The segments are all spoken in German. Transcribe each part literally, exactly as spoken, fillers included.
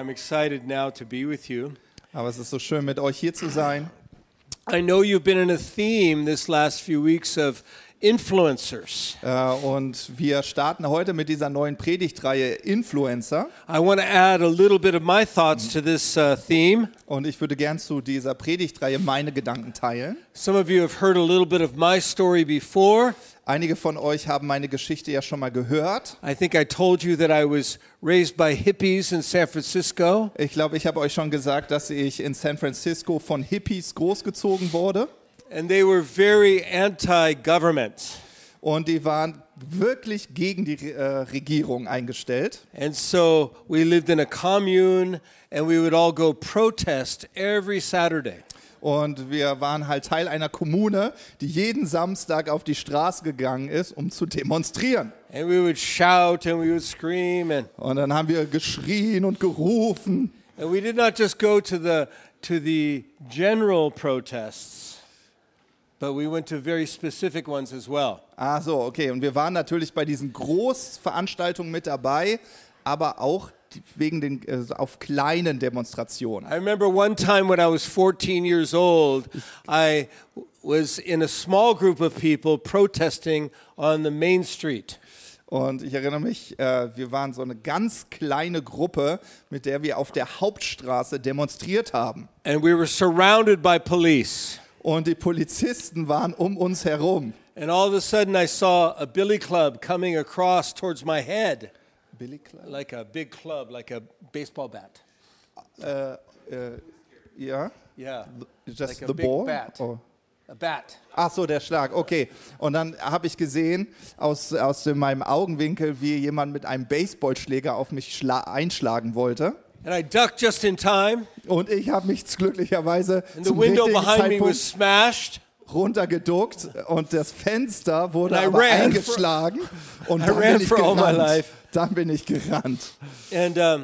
I'm excited now to be with you. Aber es ist so schön, mit euch hier zu sein. I know you've been in a theme this last few weeks of influencers. Äh, und wir starten heute mit dieser neuen Predigtreihe Influencer. I want to add a little bit of my thoughts to this uh, theme. Und ich würde gern zu dieser Predigtreihe meine Gedanken teilen. Some of you have heard a little bit of my story before. Einige von euch haben meine Geschichte ja schon mal gehört. I think I told you that I was raised by hippies in San Francisco. Ich glaube, ich habe euch schon gesagt, dass ich in San Francisco von Hippies großgezogen wurde. And they were very anti-government. Und die waren wirklich gegen die äh, Regierung eingestellt. And so we lived in a commune and we would all go protest every Saturday. Und wir waren halt Teil einer Kommune, die jeden Samstag auf die Straße gegangen ist, um zu demonstrieren. And we would shout and we would scream and Und dann haben wir geschrien und gerufen. and we did not just go to the to the general protests, but we went to very specific ones as well. Ah so, okay. Und wir waren natürlich bei diesen Großveranstaltungen mit dabei, aber auch wegen den äh, auf kleinen Demonstrationen. I remember one time when I was fourteen years old, I was in a small group of people protesting on the main street. Und ich erinnere mich, äh, wir waren so eine ganz kleine Gruppe, mit der wir auf der Hauptstraße demonstriert haben. And we were surrounded by police. Und die Polizisten waren um uns herum. And all of a sudden I saw a billy club coming across towards my head. Billy Club? Like a big club, like a baseball bat. Äh, äh, ja? Yeah. Just Like a the big ball? bat. Oh. A bat. Ach so, der Schlag, okay. Und dann habe ich gesehen, aus, aus meinem Augenwinkel, wie jemand mit einem Baseballschläger auf mich schla- einschlagen wollte. And I ducked just in time. Und ich habe mich glücklicherweise And the zum window richtigen behind me Zeitpunkt was smashed. runtergeduckt und das Fenster wurde And I aber ran eingeschlagen. Und I dann ran bin ich for all my gerannt. life. Dann bin ich gerannt. And um,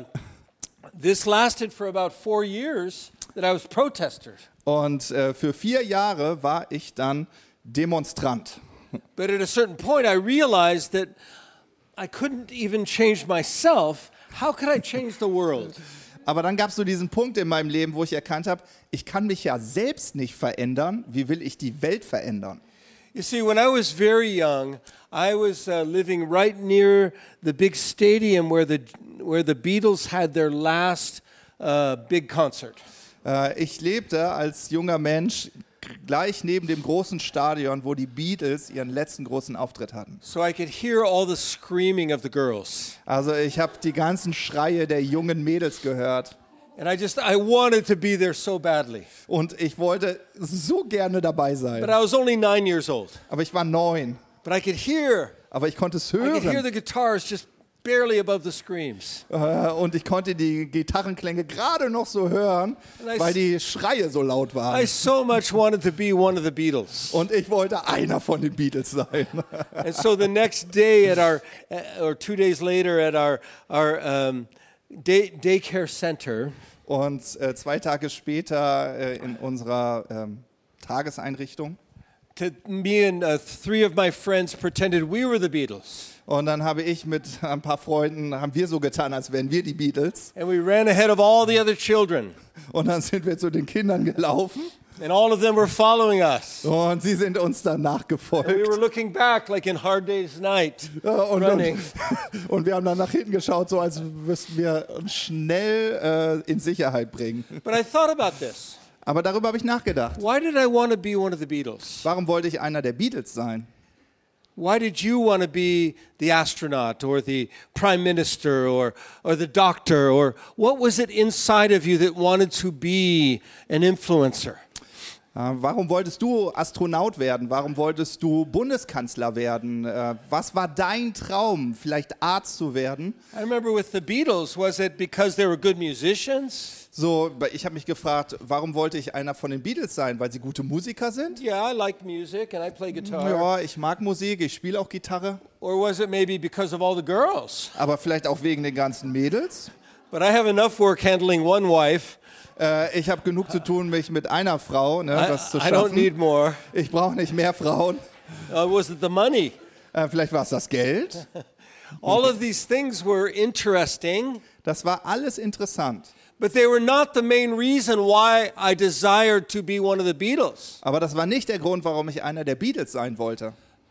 this lasted for about four years that I was protester. Und äh, für vier Jahre war ich dann Demonstrant. But at a certain point I realized that I couldn't even change myself. How could I change the world? Aber dann gab es so diesen Punkt in meinem Leben, wo ich erkannt habe, ich kann mich ja selbst nicht verändern. Wie will ich die Welt verändern? You see, when I was very young, I was uh, living right near the big stadium where the where the Beatles had their last uh, big concert. Äh, ich lebte als junger Mensch gleich neben dem großen Stadion, wo die Beatles ihren letzten großen Auftritt hatten. So I could hear all the screaming of the girls. Also ich habe die ganzen Schreie der jungen Mädels gehört. And I just, I wanted to be there so badly. Und ich wollte so gerne dabei sein. But I was only nine years old. Aber ich war neun. But I could hear, Aber ich konnte es I could hear hören. the guitars just barely above the screams. Äh, Und ich konnte die Gitarrenklänge gerade noch so hören, I weil die Schreie so laut I waren. so much wanted to be one of the Beatles. Und ich wollte einer von den Beatles sein. And so the next day at our, uh, or two days later at our, our um, day, daycare center, Und äh, zwei Tage später äh, in unserer ähm, Tageseinrichtung. to me and uh, three of my friends pretended we were the Beatles. Und dann habe ich mit ein paar Freunden, haben wir so getan, als wären wir die Beatles. And we ran ahead of all the other children. Und dann sind wir zu den Kindern gelaufen. And all of them were following us. Und sie sind uns dann And we nachgefolgt. were looking back like in Hard Day's Night, Ja, und, running. und, und wir haben dann nach hinten geschaut, so als müssten wir uns schnell äh, in Sicherheit bringen. But I thought about this. Aber darüber habe ich nachgedacht. Why did I want to be one of the Beatles? Warum wollte ich einer der Beatles sein? Why did you want to be the astronaut or the prime minister or, or the doctor? Or what was it inside of you that wanted to be an influencer? Äh, Warum wolltest du Astronaut werden? Warum wolltest du Bundeskanzler werden? Äh, Was war dein Traum, vielleicht Arzt zu werden? I remember with the Beatles, was it because they were good musicians? So, ich habe mich gefragt, warum wollte ich einer von den Beatles sein? Weil sie gute Musiker sind? Yeah, I like music and I play guitar. Ja, ich mag Musik, ich spiele auch Gitarre. Or was it maybe because of all the girls? Aber vielleicht auch wegen den ganzen Mädels. But I have enough work handling one wife. Äh, ich habe genug zu tun, mich mit einer Frau, ne, I, das zu I don't schaffen. need more. Ich brauche nicht mehr Frauen. Uh, was it the money? Äh, vielleicht war es das Geld. All of these things were interesting. Das war alles interessant. But they were not the main reason why I desired to be one of the Beatles. Aber das war nicht der Grund, warum ich einer der Beatles sein wollte.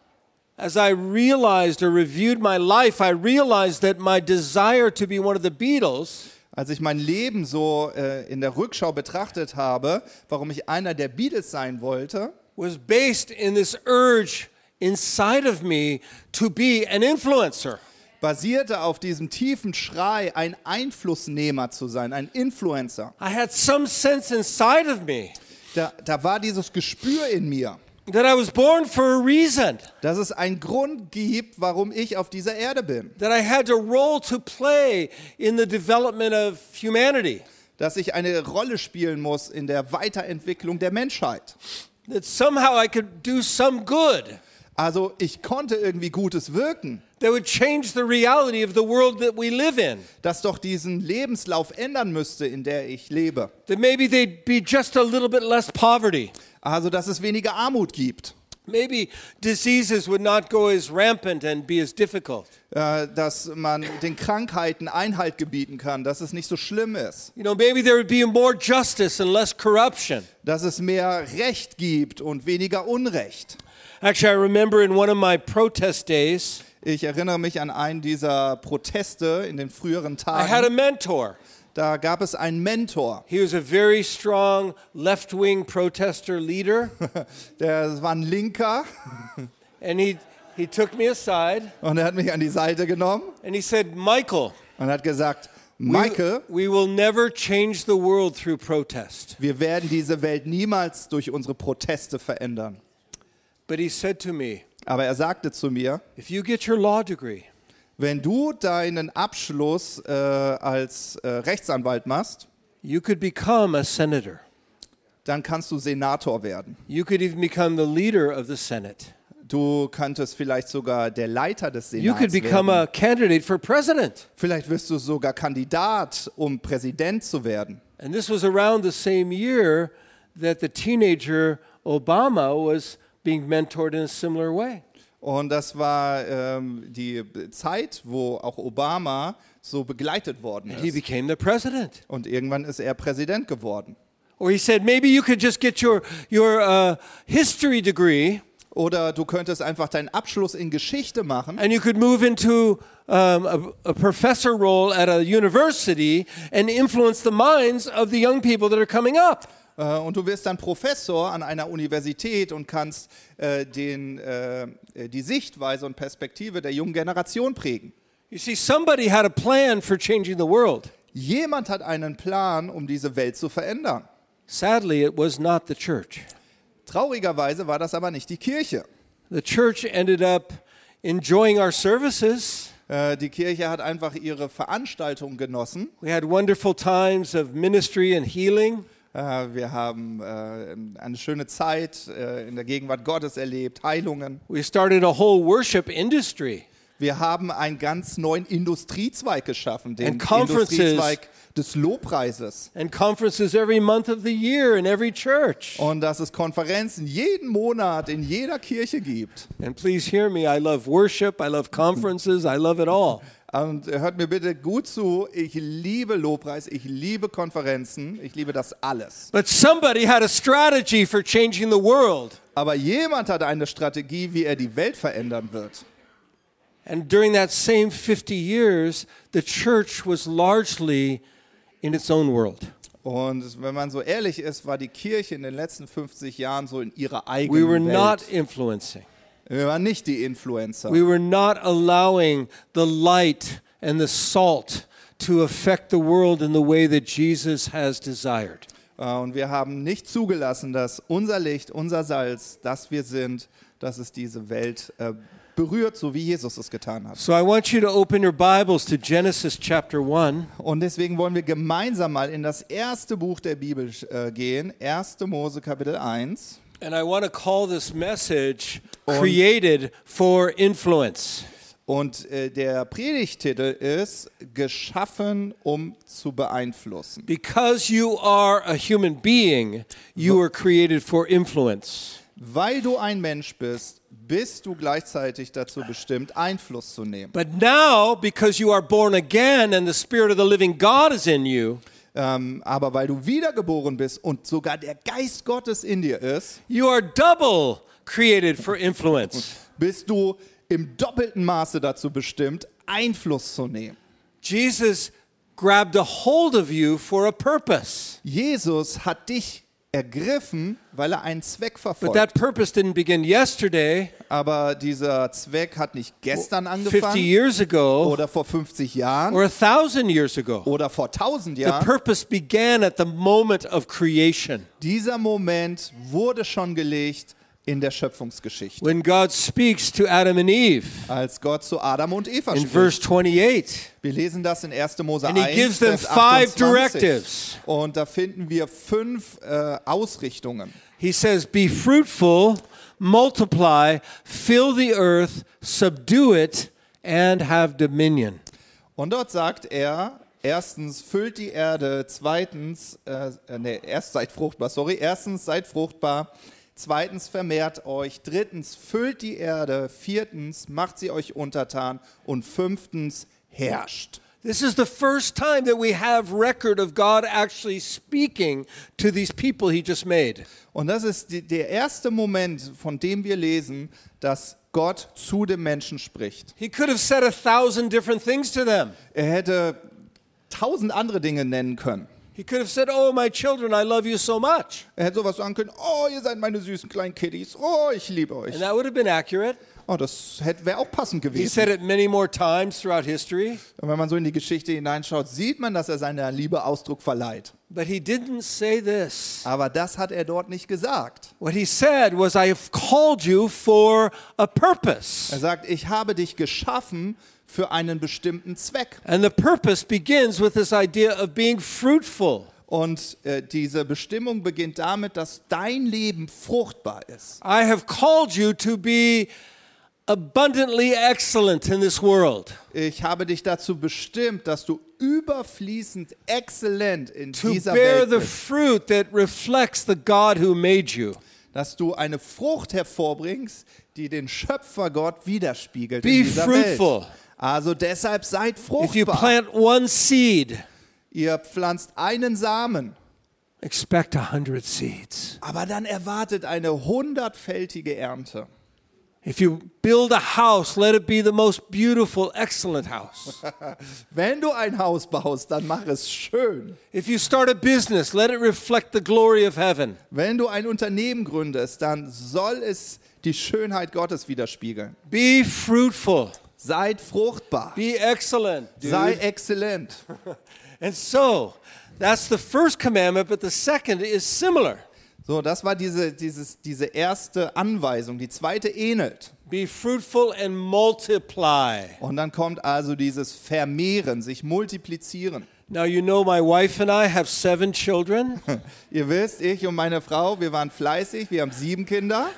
As I realized or reviewed my life, I realized that my desire to be one of the Beatles Als ich mein Leben so äh, in der Rückschau betrachtet habe, warum ich einer der Beatles sein wollte, was based in this urge inside of me to be an influencer. basierte auf diesem tiefen Schrei, ein Einflussnehmer zu sein, ein Influencer. I had some sense inside of me Da, da war dieses Gespür in mir, that I was born for a reason, dass es einen Grund gibt, warum ich auf dieser Erde bin. that I had a role to play in the development of humanity, Dass ich eine Rolle spielen muss in der Weiterentwicklung der Menschheit. that somehow I could do some good Also ich konnte irgendwie Gutes wirken, that would change the reality of the world that we live in, das doch diesen Lebenslauf ändern müsste, in der ich lebe. that maybe there'd be just a little bit less poverty. Also dass es weniger Armut gibt, Maybe diseases would not go as rampant and be as difficult. äh, dass man den Krankheiten Einhalt gebieten kann, dass es nicht so schlimm ist, You know, maybe there would be more justice and less corruption. dass es mehr Recht gibt und weniger Unrecht. Actually, I remember in one of my protest days, Ich erinnere mich an einen dieser Proteste in den früheren I had a Tagen. mentor. Da gab es einen Mentor. He was a very strong left-wing protester leader, Der war ein Linker and he he took me aside und er hat mich an die Seite genommen and he said, "Michael, und hat gesagt, we, Maike, we will never change the world through protest." wir werden diese Welt niemals durch unsere Proteste verändern. But he said to me, Aber er sagte zu mir, "If you get your law degree, wenn du deinen Abschluss äh, als äh, Rechtsanwalt machst, you could become a senator. dann kannst du Senator werden. You could even become the leader of the Senate. Du könntest vielleicht sogar der Leiter des You could Senats become werden. a candidate for president." Vielleicht wirst du sogar Kandidat, um Präsident zu werden. And this was around the same year that the teenager Obama was being mentored in a similar way. Und das war ähm, die Zeit, wo auch Obama so begleitet worden And he ist. became the president. Und irgendwann ist er Präsident geworden. Or he said, maybe you could just get your, your uh, history degree Oder du könntest einfach deinen Abschluss in Geschichte machen and you could move into um, a, a professor role at a university and influence the minds of the young people that are coming up. äh, und du wirst dann Professor an einer Universität und kannst äh, den, äh, die Sichtweise und Perspektive der jungen Generation prägen. You see, somebody had a plan for changing the world. Jemand hat einen Plan, um diese Welt zu verändern. Sadly, it was not the church. Traurigerweise war das aber nicht die Kirche. The church ended up enjoying our services. Äh, die Kirche hat einfach ihre Veranstaltung genossen. We had wonderful times of ministry and healing. Äh, wir haben äh, eine schöne Zeit äh, in der Gegenwart Gottes erlebt, Heilungen. We started a whole worship industry. Wir haben einen ganz neuen Industriezweig geschaffen, den And conferences. Industriezweig des Lobpreises. And conferences every month of the year in every church. Und dass es Konferenzen jeden Monat in jeder Kirche gibt. And please hear me, I love worship, I love conferences, I love it all. Und hört mir bitte gut zu, ich liebe Lobpreis, ich liebe Konferenzen, ich liebe das alles. But somebody had a strategy for changing the world. Aber jemand hat eine Strategie, wie er die Welt verändern wird. And during that same fifty years, the church was largely in its own world. Und wenn man so ehrlich ist, war die Kirche in den letzten fünfzig Jahren so in ihrer We eigenen were not Welt. influencing. Wir waren nicht die Influencer. We were not allowing the light and the salt to affect the world in the way that Jesus has desired. Äh, Und wir haben nicht zugelassen, dass unser Licht, unser Salz, das wir sind, dass es diese Welt äh, berührt, so wie Jesus es getan hat. So I want you to open your Bibles to Genesis chapter one. Und deswegen wollen wir gemeinsam mal in das erste Buch der Bibel äh, gehen, erste Mose Kapitel eins. And I want to call this message Created for Influence. Und äh, der Predigtitel ist Geschaffen, um zu beeinflussen. Because you are a human being, you are created for influence. Weil du ein Mensch bist, bist du gleichzeitig dazu bestimmt, Einfluss zu nehmen. But now, because you are born again and the Spirit of the living God is in you, Ähm, aber weil du wiedergeboren bist und sogar der Geist Gottes in dir ist, you are double created for influence. bist du im doppelten Maße dazu bestimmt, Einfluss zu nehmen. Jesus grabbed a hold of you for a purpose. Jesus hat dich ergriffen, weil er einen Zweck But verfolgt. that purpose didn't begin yesterday, Aber dieser Zweck hat nicht gestern fifty angefangen years ago, oder vor fünfzig Jahren or a thousand years ago. oder vor tausend The Jahren. purpose began at the moment of creation. Dieser Moment wurde schon gelegt in der Schöpfungsgeschichte, When God speaks to Adam and Eve als Gott zu Adam und Eva in spricht. verse twenty-eight. Wir lesen das in erster Mose And he eins, gives them Vers five achtundzwanzig. directives. Und da finden wir fünf äh, Ausrichtungen. He says, be fruitful, multiply, fill the earth, subdue it, and have dominion. Und dort sagt er, erstens, füllt die Erde, zweitens, äh, nee, erst seid fruchtbar, sorry, erstens, seid fruchtbar, zweitens, vermehrt euch, drittens, füllt die Erde, viertens, macht sie euch untertan und fünftens, herrscht. This is the first time that we have record of God actually speaking to these people he just made. Und das ist die, der erste Moment, von dem wir lesen, dass Gott zu dem Menschen spricht. He could have said a thousand different things to them. Er hätte tausend andere Dinge nennen können. He could have said, oh, my children, I love you so much. Er hätte sowas sagen können, oh, ihr seid meine süßen kleinen Kiddies, oh, ich liebe euch. And that would have been accurate. Oh, das wäre auch passend He gewesen. said it many more times throughout history. Und wenn man so in die Geschichte hineinschaut, sieht man, dass er seiner Liebe Ausdruck verleiht. But he didn't say this. Aber das hat er dort nicht gesagt. What he said was, I have called you for a purpose. Er sagt, ich habe dich geschaffen für einen bestimmten Zweck. And the purpose begins with this idea of being fruitful. Und äh, diese Bestimmung beginnt damit, dass dein Leben fruchtbar ist. I have called you to be abundantly excellent in this world, Ich habe dich dazu bestimmt, dass du überfließend exzellent in to dieser bear Welt the bist. fruit that reflects the God who made you. Dass du eine Frucht hervorbringst, die den Schöpfer Gott widerspiegelt Be in dieser fruitful. Welt. Also deshalb seid If you fruchtbar. plant one seed, Ihr pflanzt einen Samen, expect a hundred seeds. aber dann erwartet eine hundertfältige Ernte. If you build a house, let it be the most beautiful, excellent house. Wenn du ein Haus baust, dann mach es schön. If you start a business, let it reflect the glory of heaven. Wenn du ein Unternehmen gründest, dann soll es die Schönheit Gottes widerspiegeln. Be fruitful. Seid fruchtbar. Be excellent. dude. Sei exzellent. And so, that's the first commandment, but the second is similar. So, das war diese, dieses, diese erste Anweisung. Die zweite ähnelt. Be fruitful and multiply. Und dann kommt also dieses Vermehren, sich multiplizieren. Now, you know, my wife and I have seven children. Ihr wisst, ich und meine Frau, wir waren fleißig, wir haben sieben Kinder.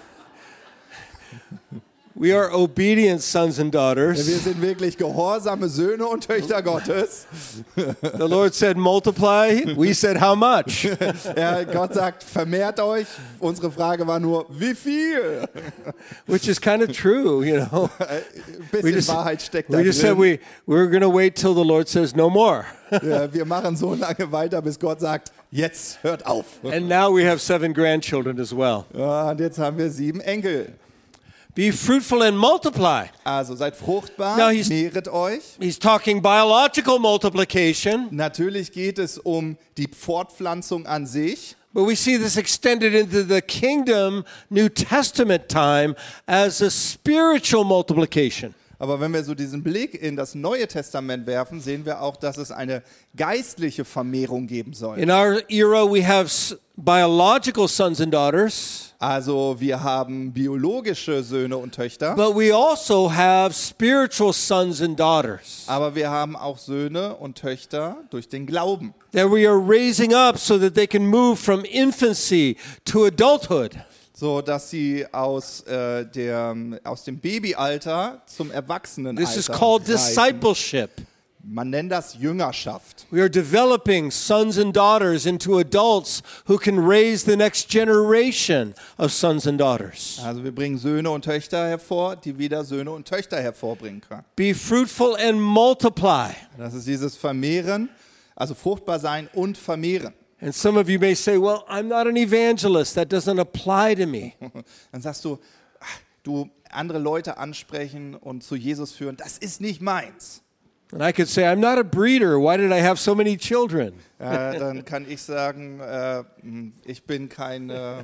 We are obedient sons and Wir daughters. sind wirklich gehorsame Söhne und Töchter Gottes. The Lord said, multiply. We said, how much? Ja, Gott sagt, vermehrt euch. Unsere Frage war nur, wie viel? Which is kind of true, you know. Ein We bisschen just, Wahrheit steckt da we just said drin. we, we're going to wait till the Lord says no more. Ja, wir machen so lange weiter, bis Gott sagt, jetzt hört auf. And now we have seven grandchildren as well. Ja, und jetzt haben wir sieben Enkel. Be fruitful and multiply. Also seid fruchtbar, Now he's- mehret euch. He's talking biological multiplication, Natürlich geht es um die Fortpflanzung an sich. but we see this extended into the kingdom New Testament time as a spiritual multiplication. Aber wenn wir so diesen Blick in das Neue Testament werfen, sehen wir auch, dass es eine geistliche Vermehrung geben soll. In our era, we have s- biological sons and daughters, Also wir haben biologische Söhne und Töchter, but we also have spiritual sons and daughters aber wir haben auch Söhne und Töchter durch den Glauben. that we are raising up so that they can move from infancy to adulthood. So dass sie aus, äh, der, aus dem Babyalter zum Erwachsenenalter This is called reisen. discipleship. Man nennt das Jüngerschaft. We are developing sons and daughters into adults who can raise the next generation of sons and daughters. Also wir bringen Söhne und Töchter hervor, die wieder Söhne und Töchter hervorbringen können. Be fruitful and multiply. Das ist dieses Vermehren, also fruchtbar sein und vermehren. And some of you may say, well, I'm not an evangelist. That doesn't apply to me. Dann sagst du, ach, du andere Leute ansprechen und zu Jesus führen, das ist nicht meins. And I could say, I'm not a breeder. Why did I have so many children? Äh, dann kann ich sagen, äh, ich bin kein, äh,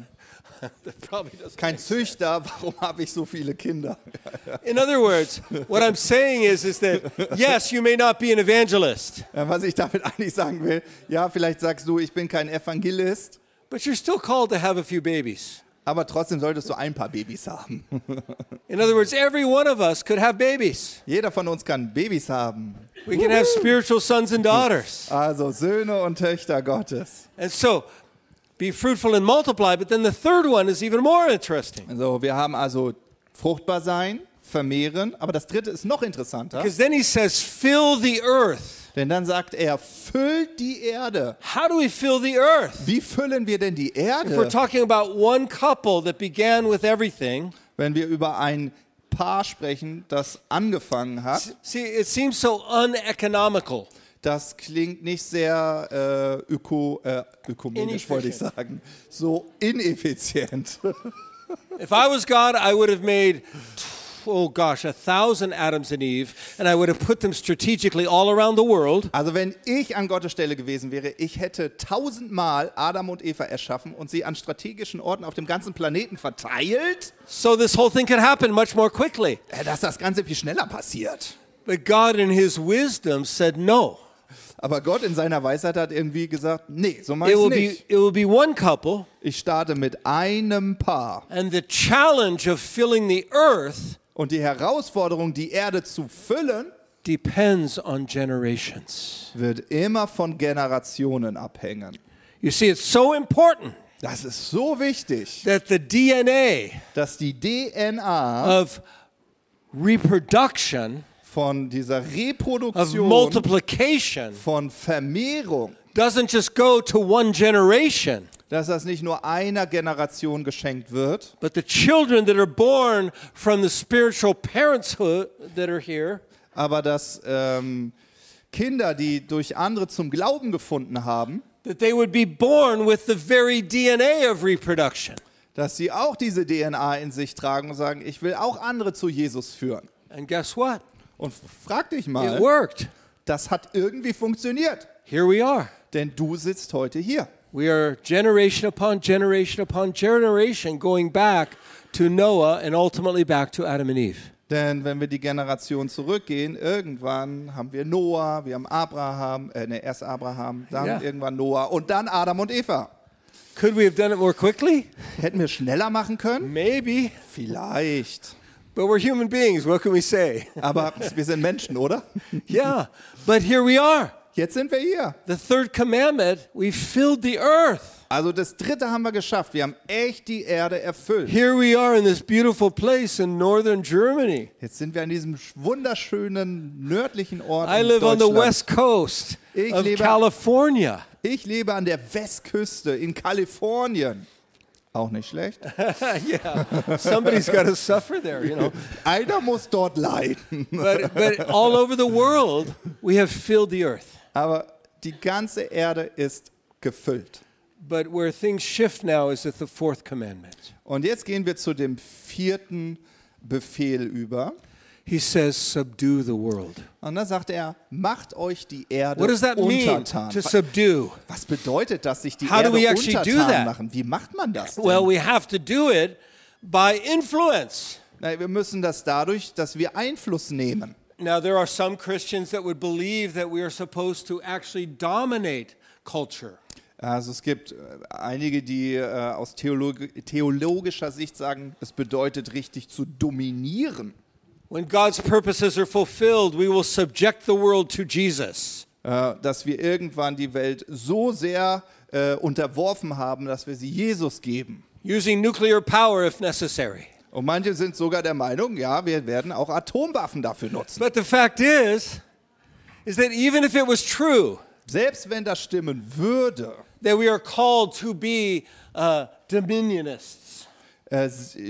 kein Züchter, warum habe ich so viele Kinder? In other words, what I'm saying is, is that, yes, you may not be an evangelist, Äh, was ich damit eigentlich sagen will, ja, vielleicht sagst du, ich bin kein Evangelist, but you're still called to have a few babies. aber trotzdem solltest du ein paar Babys haben. In other words, every one of us could have babies. Jeder von uns kann Babys haben. We can have spiritual sons and daughters. Also Söhne und Töchter Gottes. And so, be fruitful and multiply. But then the third one is even more interesting. Also wir haben also fruchtbar sein, vermehren, aber das dritte ist noch interessanter, Because then he says, fill the earth. denn dann sagt er, füllt die Erde. How do we fill the earth? Wie füllen wir denn die If we're Erde, talking about one couple that began with everything, wenn wir über ein Paar sprechen, das angefangen hat? see, it seems so uneconomical. Das klingt nicht sehr äh, öko, äh, ökumenisch, wollte ich sagen, so ineffizient. If I was God, I would have made, oh gosh, a thousand Adams and Eve, and I would have put them strategically all around the world. Also wenn ich an Gottes Stelle gewesen wäre, ich hätte tausendmal Adam und Eva erschaffen und sie an strategischen Orten auf dem ganzen Planeten verteilt, So this whole thing could happen much more quickly. äh, dass das Ganze viel schneller passiert. But God in his wisdom said no. Aber Gott in seiner Weisheit hat irgendwie gesagt, nee, so mach It ich's will be nicht. it will be one couple, Ich starte mit einem Paar. and the challenge of filling the earth Und die Herausforderung, die Erde zu füllen, depends on generations. wird immer von Generationen abhängen. You see, it's so important Das ist so wichtig, that the D N A dass die D N A of reproduction, von dieser of Reproduktion, multiplication, von Vermehrung, doesn't just go to one generation, dass das nicht nur einer Generation geschenkt wird, but the children that are born from the spiritual parenthood that are here aber dass ähm, Kinder, die durch andere zum Glauben gefunden haben, that they would be born with the very D N A of reproduction. dass sie auch diese D N A in sich tragen und sagen, ich will auch andere zu Jesus führen. And guess what? Und frag dich It mal, worked. das hat irgendwie funktioniert, Here we are. denn du sitzt heute hier. We are generation upon generation upon generation going back to Noah and ultimately back to Adam and Eve. Denn wenn wir die Generation zurückgehen, irgendwann haben wir Noah, wir haben Abraham, äh, ne, erst Abraham, dann Ja. irgendwann Noah und dann Adam und Eva. Could we have done it more quickly? Hätten wir schneller machen können? Maybe. Vielleicht. But we're human beings. What can we say? Aber wir sind Menschen, oder? Yeah. But here we are. Jetzt sind wir hier. The third commandment, we filled the earth. Also das dritte haben wir geschafft. Wir haben echt die Erde erfüllt. Here we are in this beautiful place in northern Germany. Jetzt sind wir an diesem wunderschönen nördlichen Ort I in live on the Deutschland. west coast Ich of lebe- California. Ich lebe an der Westküste in Kalifornien. Auch nicht schlecht. Yeah. Somebody's got to suffer there, you know. Einer muss dort leiden. But, but all over the world, we have filled the earth. Aber die ganze Erde ist gefüllt. But where things shift now is at the fourth commandment. Und jetzt gehen wir zu dem vierten Befehl über. He says, subdue the world. Und da sagt er, macht euch die Erde What does that mean, untertan. to subdue? Was bedeutet das, sich die How do Erde we actually do untertan that? machen? Wie macht man das denn? Well, we have to do it by influence. Na, wir müssen das dadurch, dass wir Einfluss nehmen. Now, there are some Christians that would believe that we are supposed to actually dominate culture. Also es gibt äh, einige, die äh, aus Theolog- theologischer Sicht sagen, es bedeutet richtig zu dominieren. When God's purposes are fulfilled, we will subject the world to Jesus. Äh, dass wir irgendwann die Welt so sehr äh, unterworfen haben, dass wir sie Jesus geben. Using nuclear power if necessary. Und manche sind sogar der Meinung, ja, wir werden auch Atomwaffen dafür nutzen. But the fact is, is that even if it was true Selbst wenn das stimmen würde, that we are called to be uh, dominionists, äh,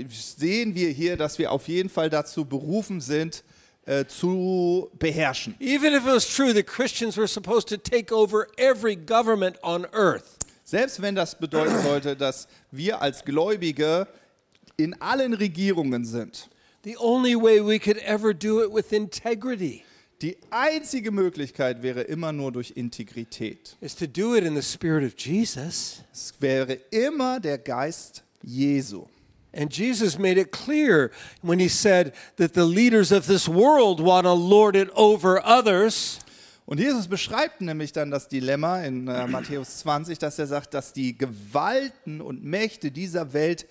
sehen wir hier, dass wir auf jeden Fall dazu berufen sind, äh, zu beherrschen. even if it was true that Christians were supposed to take over every government on earth, Selbst wenn das bedeuten sollte, dass wir als Gläubige in allen Regierungen sind, the only way we could ever do it with integrity die einzige Möglichkeit wäre immer nur durch Integrität. is to do it in the spirit of Jesus. Es wäre immer der Geist Jesu. And Jesus made it clear when he said that the leaders of this world want to lord it over others. Und Jesus beschreibt nämlich dann das Dilemma in äh, Matthäus zwanzig, dass er sagt, dass die Gewalten und Mächte dieser Welt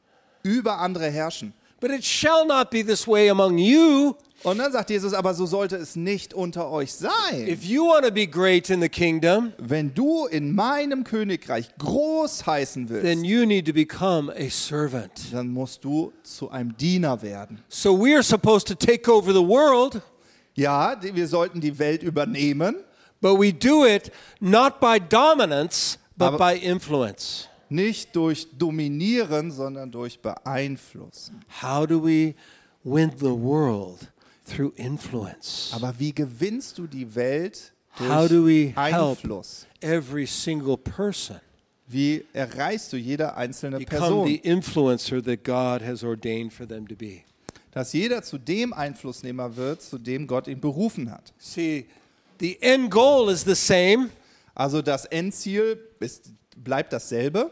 über andere herrschen. But it shall not be this way among you. Und dann sagt Jesus, aber so sollte es nicht unter euch sein. If you want to be great in the kingdom, Wenn du in meinem Königreich groß heißen then willst, you need to become a servant. dann musst du zu einem Diener werden. So we are supposed to take over the world, Ja, die- wir sollten die Welt übernehmen, but we do it not by dominance, but Aber- by influence. nicht durch Dominieren, sondern durch Beeinflussen. How do we win the world? Through influence. Aber wie gewinnst du die Welt How do we durch help Einfluss? every single person Wie erreichst du jede einzelne become Person? the influencer that God has ordained for them to be? Dass jeder zu dem Einflussnehmer wird, zu dem Gott ihn berufen hat. See, the end goal is the same. Also das Endziel ist, bleibt dasselbe.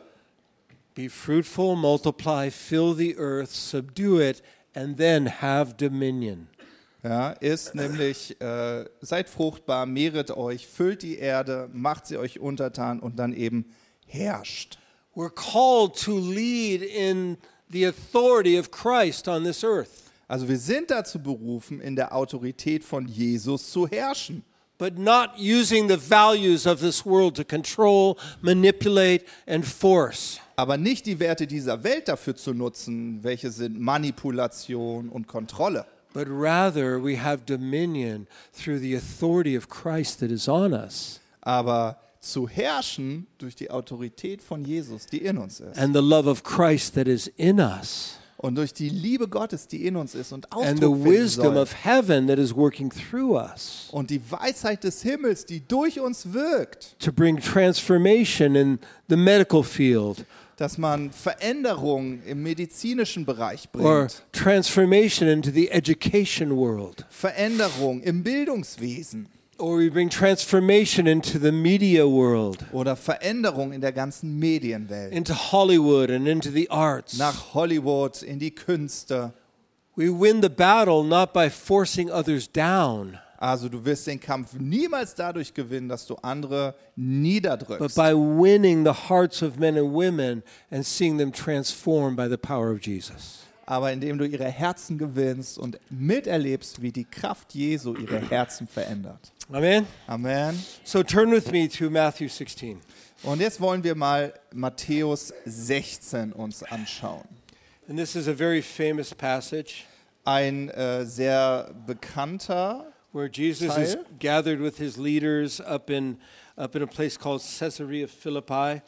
Be fruitful, multiply, fill the earth, subdue it, and then have dominion. Ja, ist nämlich, äh, seid fruchtbar, mehret euch, füllt die Erde, macht sie euch untertan und dann eben herrscht. We're called to lead in the authority of Christ on this earth, Also wir sind dazu berufen, in der Autorität von Jesus zu herrschen. but not using the values of this world to control, manipulate, and force. Aber nicht die Werte dieser Welt dafür zu nutzen, welche sind Manipulation und Kontrolle. But rather, we have dominion through the authority of Christ that is on us Aber zu herrschen durch die Autorität von Jesus, die in uns ist. and the love of Christ that is in us Und durch die Liebe Gottes, die in uns ist und and the Ausdruck finden wisdom soll. of heaven that is working through us Und die Weisheit des Himmels, die durch uns wirkt. to bring transformation in the medical field Dass man Veränderungen im medizinischen Bereich or bringt. transformation into the education world. Veränderung im Bildungswesen. Or we bring transformation into the media world, Oder Veränderung in der ganzen Medienwelt. into Hollywood and into the arts. Nach Hollywood, in die Künste. We win the battle not by forcing others down, Also du wirst den Kampf niemals dadurch gewinnen, dass du andere but niederdrückst. by winning the hearts of men and women and seeing them transformed by the power of Jesus. Aber indem du ihre Herzen gewinnst und miterlebst, wie die Kraft Jesu ihre Herzen verändert. Amen? Amen. So turn with me to Matthew sixteen. Und jetzt wollen wir mal Matthäus sechzehn uns anschauen. And this is a very famous passage Ein äh, sehr bekannter, where Jesus is Teil. gathered with his leaders up in, up in a place called Caesarea Philippi.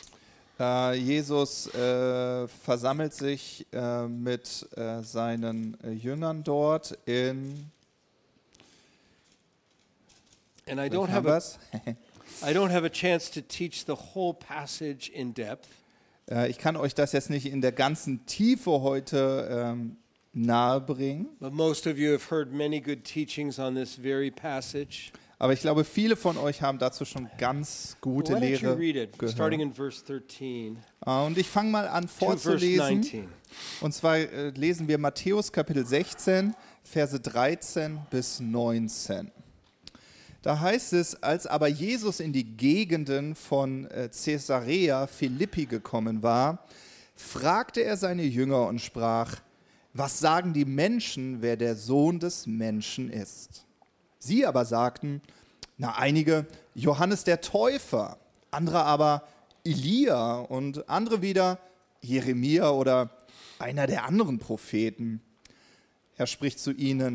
äh, Jesus äh, versammelt sich äh, mit äh, seinen äh, Jüngern dort in, And I ich don't hab have a, was? I don't have a chance to teach the whole passage in depth. Äh, ich kann euch das jetzt nicht in der ganzen Tiefe heute ähm, nahebringen, But most of you have heard many good teachings on this very passage. aber ich glaube, viele von euch haben dazu schon ganz gute Why don't you Lehre read it, starting gehört. in verse thirteen Äh, Und ich fange mal an to verse vorzulesen. nineteen. Und zwar äh, lesen wir Matthäus Kapitel sechzehn, Verse dreizehn bis neunzehn. Da heißt es, als aber Jesus in die Gegenden von äh, Caesarea Philippi gekommen war, fragte er seine Jünger und sprach, was sagen die Menschen, wer der Sohn des Menschen ist? Sie aber sagten, na einige Johannes der Täufer, andere aber Elia und andere wieder Jeremia oder einer der anderen Propheten. Er spricht zu ihnen,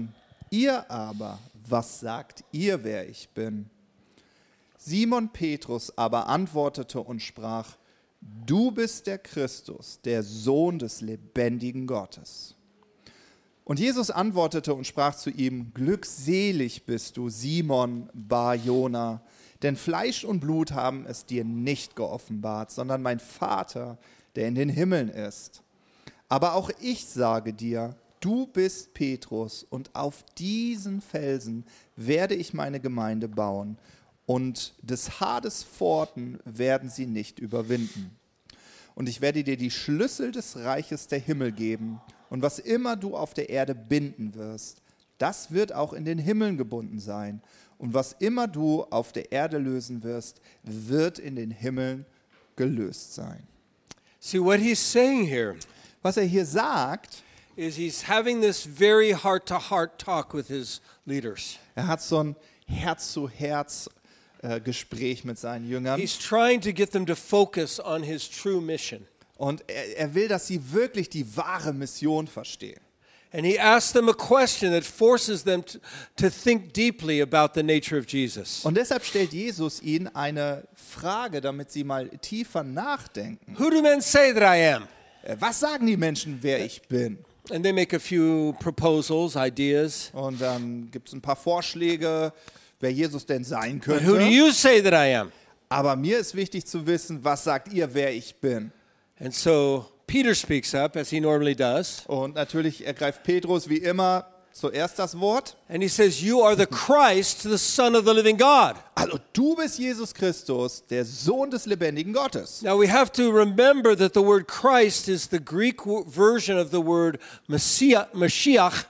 Ihr aber, was sagt ihr, wer ich bin? Simon Petrus aber antwortete und sprach, du bist der Christus, der Sohn des lebendigen Gottes. Und Jesus antwortete und sprach zu ihm, glückselig bist du, Simon Bar-Jona, denn Fleisch und Blut haben es dir nicht geoffenbart, sondern mein Vater, der in den Himmeln ist. Aber auch ich sage dir, du bist Petrus, und auf diesen Felsen werde ich meine Gemeinde bauen, und des Hades Pforten werden sie nicht überwinden. Und ich werde dir die Schlüssel des Reiches der Himmel geben, und was immer du auf der Erde binden wirst, das wird auch in den Himmeln gebunden sein. Und was immer du auf der Erde lösen wirst, wird in den Himmeln gelöst sein. See, what he's saying here Was er hier sagt, is he's having this very heart-to-heart talk with his leaders. er hat so ein Herz-zu-Herz-Gespräch mit seinen Jüngern. He's trying to get them to focus on his true mission. Und er, er will, dass sie wirklich die wahre Mission verstehen. And he asks them a question that forces them to, to think deeply about the nature of Jesus. Und deshalb stellt Jesus ihnen eine Frage, damit sie mal tiefer nachdenken. Who do men say that I am? Äh, Was sagen die Menschen, wer ich bin? And they make a few proposals, ideas. Und dann gibt es ein paar Vorschläge, wer Jesus denn sein But who do könnte. you say that I am? Aber mir ist wichtig zu wissen, was sagt ihr, wer ich bin? And so Peter speaks up, as he normally does, Und natürlich ergreift Petrus wie immer zuerst das Wort. and he says, you are the Christ, the Son of the living God. Also du bist Jesus Christus, der Sohn des lebendigen Gottes. Now we have to remember that the word Christ is the Greek wo- version of the word Messiah, Mashiach,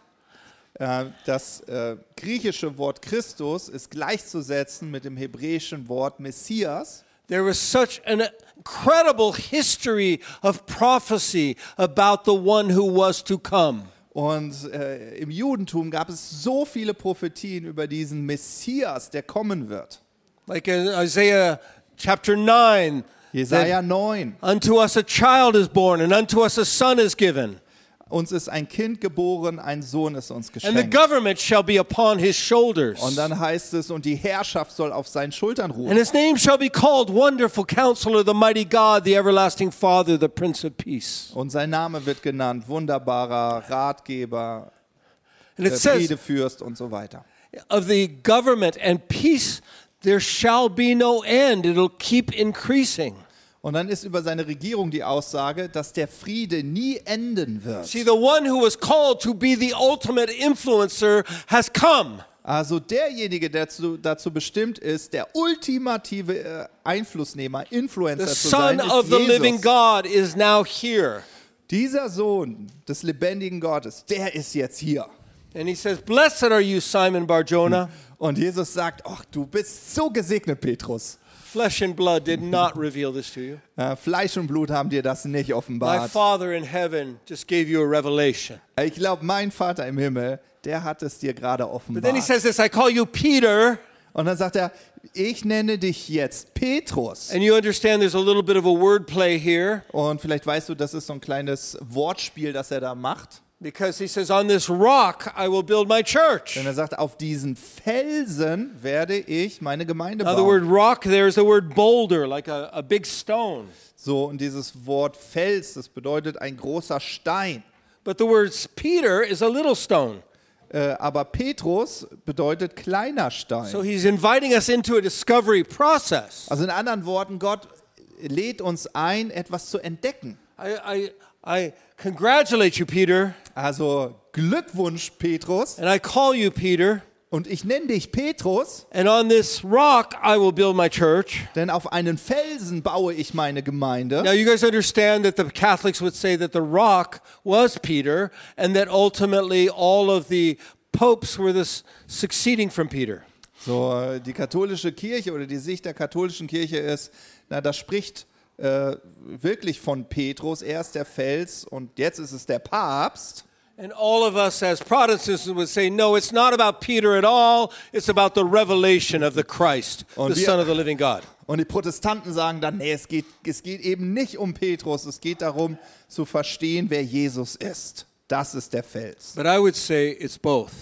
Äh, Das äh, griechische Wort Christus ist gleichzusetzen mit dem hebräischen Wort Messias. There was such an incredible history of prophecy about the one who was to come. Und äh, im Judentum gab es so viele Prophetien über diesen Messias, der kommen wird. Like in Isaiah chapter nine, Jesaja neun. unto us a child is born, and unto us a son is given. Uns ist ein Kind geboren, ein Sohn ist uns And the geschenkt. government shall be upon his shoulders. Und dann heißt es, und die Herrschaft soll auf seinen Schultern And ruhen. his name shall be called Wonderful Counselor, the Mighty God, the Everlasting Father, the Prince of Peace. Und sein Name wird genannt, wunderbarer Ratgeber, And it der says, Friedefürst und so weiter. of the government and peace there shall be no end. It'll keep increasing. Und dann ist über seine Regierung die Aussage, dass der Friede nie enden wird. See, the one who was called to be the ultimate influencer has come. Also derjenige, der zu, dazu bestimmt ist, der ultimative äh, Einflussnehmer, The Influencer zu sein, Son of ist the living Jesus. God is now here. Dieser Sohn des lebendigen Gottes, der ist jetzt hier. And he says, blessed are you, Simon Bar-Jonah. Und Jesus sagt, ach, du bist so gesegnet, Petrus. Flesh and blood did not reveal this to you. Äh, Fleisch und Blut haben dir das nicht My offenbart. Father in heaven just gave you a revelation. Ich glaube, mein Vater im Himmel, der hat es dir gerade But then he offenbart. says this, I call you Peter. Und dann sagt er, ich nenne dich jetzt Petrus. And you understand there's a little bit of a wordplay here Und vielleicht weißt du, das ist so ein kleines Wortspiel, das er da macht. because he says, on this rock I will build my church. Denn er sagt, auf diesen Felsen werde ich meine Gemeinde Now the word bauen. rock there is the word boulder, like a, a big stone. So, und dieses Wort Fels, das bedeutet ein großer Stein. But the word Peter is a little stone. Äh, aber Petrus bedeutet kleiner Stein. So he's inviting us into a discovery process. Also in anderen Worten, Gott lädt uns ein, etwas zu entdecken. I, I, I congratulate you, Peter, Also Glückwunsch, Petrus. and I call you Peter, Und ich nenne dich Petrus, and on this rock I will build my church. denn auf einen Felsen baue ich meine Gemeinde. Now you guys understand that the Catholics would say that the rock was Peter, and that ultimately all of the popes were this succeeding from Peter. So, äh, die katholische Kirche oder die Sicht der katholischen Kirche ist, na, das spricht äh, wirklich von Petrus. Er ist der Fels und jetzt ist es der Papst. And all of us as Protestants would say, no, it's not about Peter at all. It's about the revelation of the Christ, Und the wir- Son of the living God. Und die Protestanten sagen dann, nee, es geht, es geht eben nicht um Petrus, es geht darum zu verstehen, wer Jesus ist. Das ist der Fels. But I would say it's both.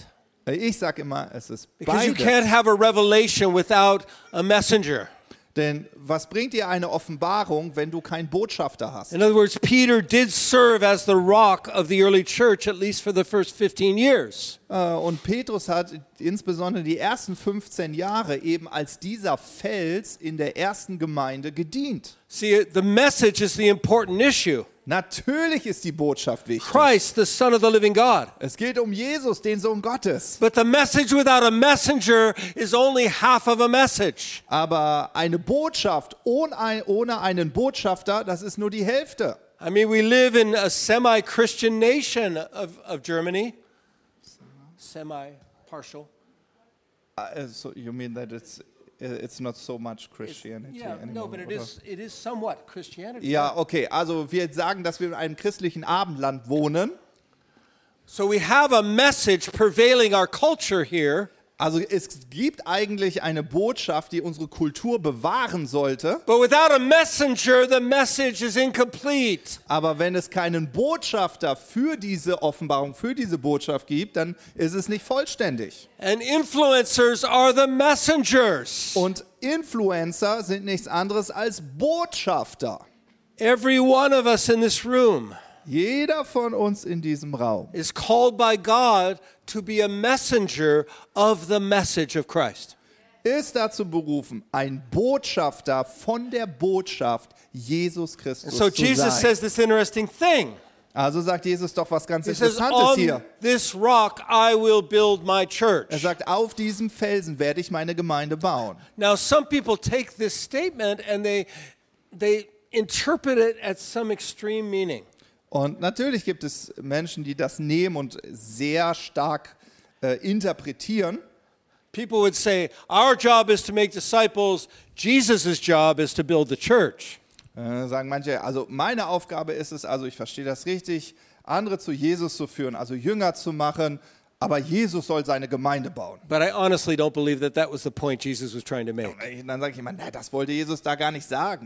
Ich sage immer, es ist Because you beides. can't have a revelation without a messenger. Denn was bringt dir eine Offenbarung, wenn du keinen Botschafter hast? In other words, Peter did serve as the rock of the early church, at least for the first fifteen years. Äh, Und Petrus hat insbesondere die ersten fünfzehn Jahre eben als dieser Fels in der ersten Gemeinde gedient. See, the message is the important issue. Natürlich ist die Botschaft wichtig. Christ, the Son of the living God. Es geht um Jesus, den Sohn Gottes. But the message without a messenger is only half of a message. Aber eine Botschaft ohne, ein, ohne einen Botschafter, das ist nur die Hälfte. I mean, we live in a semi-Christian nation of, of Germany. Semi-partial. Uh, so you mean that it's it's not so much Christianity Yeah, no, anymore? but it oder? is, it is somewhat Christianity. Ja, okay. Also wir sagen, dass wir in einem christlichen Abendland wohnen. So we have a message prevailing our culture here. Also es gibt eigentlich eine Botschaft, die unsere Kultur bewahren sollte. But without a messenger, the message is incomplete. Aber wenn es keinen Botschafter für diese Offenbarung, für diese Botschaft gibt, dann ist es nicht vollständig. And influencers are the messengers. Und Influencer sind nichts anderes als Botschafter. Every one of us in this room Jeder von uns in diesem Raum is called by God to be a messenger of the message of Christ. ist dazu berufen, ein Botschafter von der Botschaft Jesus Christus So zu Jesus sein. says this interesting thing. Also sagt Jesus doch was ganz He says, Interessantes on hier. this rock I will build my Er church. sagt, auf diesem Felsen werde ich meine Gemeinde bauen. Now some people take this statement and they, they interpret it at some extreme meaning. Und natürlich gibt es Menschen, die das nehmen und sehr stark äh, interpretieren. People would say, our job is to make disciples, Jesus' job is to build the church. Äh, sagen manche, also meine Aufgabe ist es, also ich verstehe das richtig, andere zu Jesus zu führen, also Jünger zu machen, aber Jesus soll seine Gemeinde bauen. But I honestly don't believe that that was the point Jesus was trying to make. Und dann sage ich immer, na, das wollte Jesus da gar nicht sagen.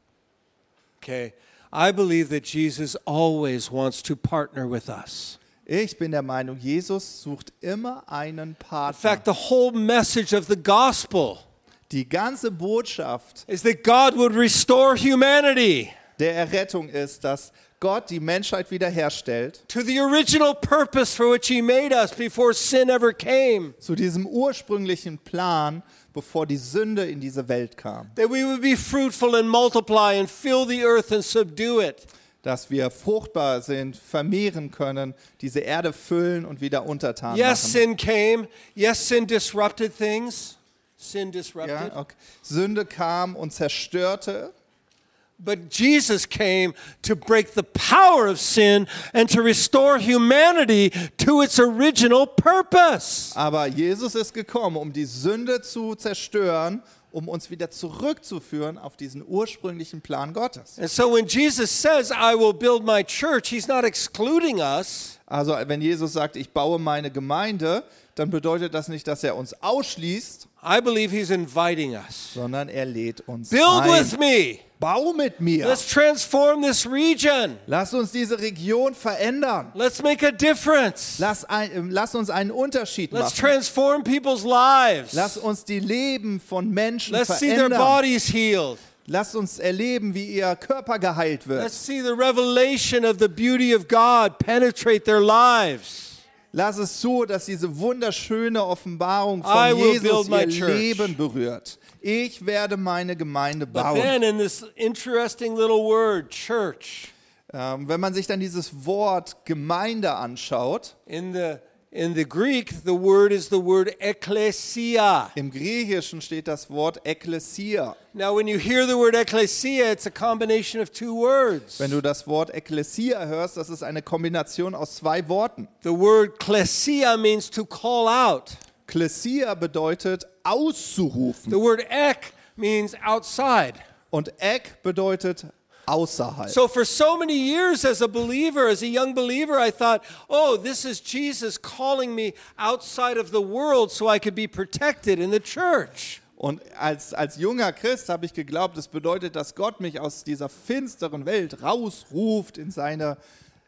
Okay, I believe that Jesus always wants to partner with us. Ich bin der Meinung, Jesus sucht immer einen In Partner. fact, the whole message of the gospel Die ganze Botschaft is that God would restore humanity der Errettung ist, dass Gott die Menschheit wiederherstellt to the original purpose for which he made us before sin ever came. zu diesem ursprünglichen Plan, bevor die Sünde in diese Welt kam. That we would be fruitful and multiply and fill the earth and subdue it. Dass wir fruchtbar sind, vermehren können, diese Erde füllen und wieder untertan Yes, machen. sin came. Yes, sin disrupted things. Sin disrupted. Ja, okay. Sünde kam und zerstörte, But Jesus came to break the power of sin and to restore humanity to its original purpose. aber Jesus ist gekommen, um die Sünde zu zerstören, um uns wieder zurückzuführen auf diesen ursprünglichen Plan Gottes. And so when Jesus says, I will build my church, he's not excluding us. Also wenn Jesus sagt, ich baue meine Gemeinde, dann bedeutet das nicht, dass er uns ausschließt, I believe he's inviting us. sondern er lädt uns Build ein. with me. Bau mit mir. Let's transform this region. Lass uns diese Region verändern. Let's make a difference. Lass, ein, äh, lass uns einen Unterschied Let's machen. transform people's lives. Lass uns die Leben von Menschen Let's see their verändern. bodies healed. Lass uns erleben, wie ihr Körper geheilt wird. Let's see the revelation of the beauty of God penetrate their lives. Lass es zu, dass diese wunderschöne Offenbarung I von will Jesus build my ihr church. Leben berührt. Ich werde meine Gemeinde But bauen. then in this interesting little word, church, Ähm, wenn man sich dann dieses Wort Gemeinde anschaut, in the in the Greek, the word is the word ecclesia. im Griechischen steht das Wort Ekklesia. Now, when you hear the word ecclesia, it's a combination of two words. Wenn du das Wort Ekklesia hörst, das ist eine Kombination aus zwei Worten. The word klesia means to call out. Klesia bedeutet auszurufen The word ek means outside. und Ek bedeutet außerhalb. So for so many years as a believer, as a young believer, I thought, oh, this is Jesus calling me outside of the world so I could be protected in the church. Und als, als junger Christ habe ich geglaubt, es bedeutet, dass Gott mich aus dieser finsteren Welt rausruft in seine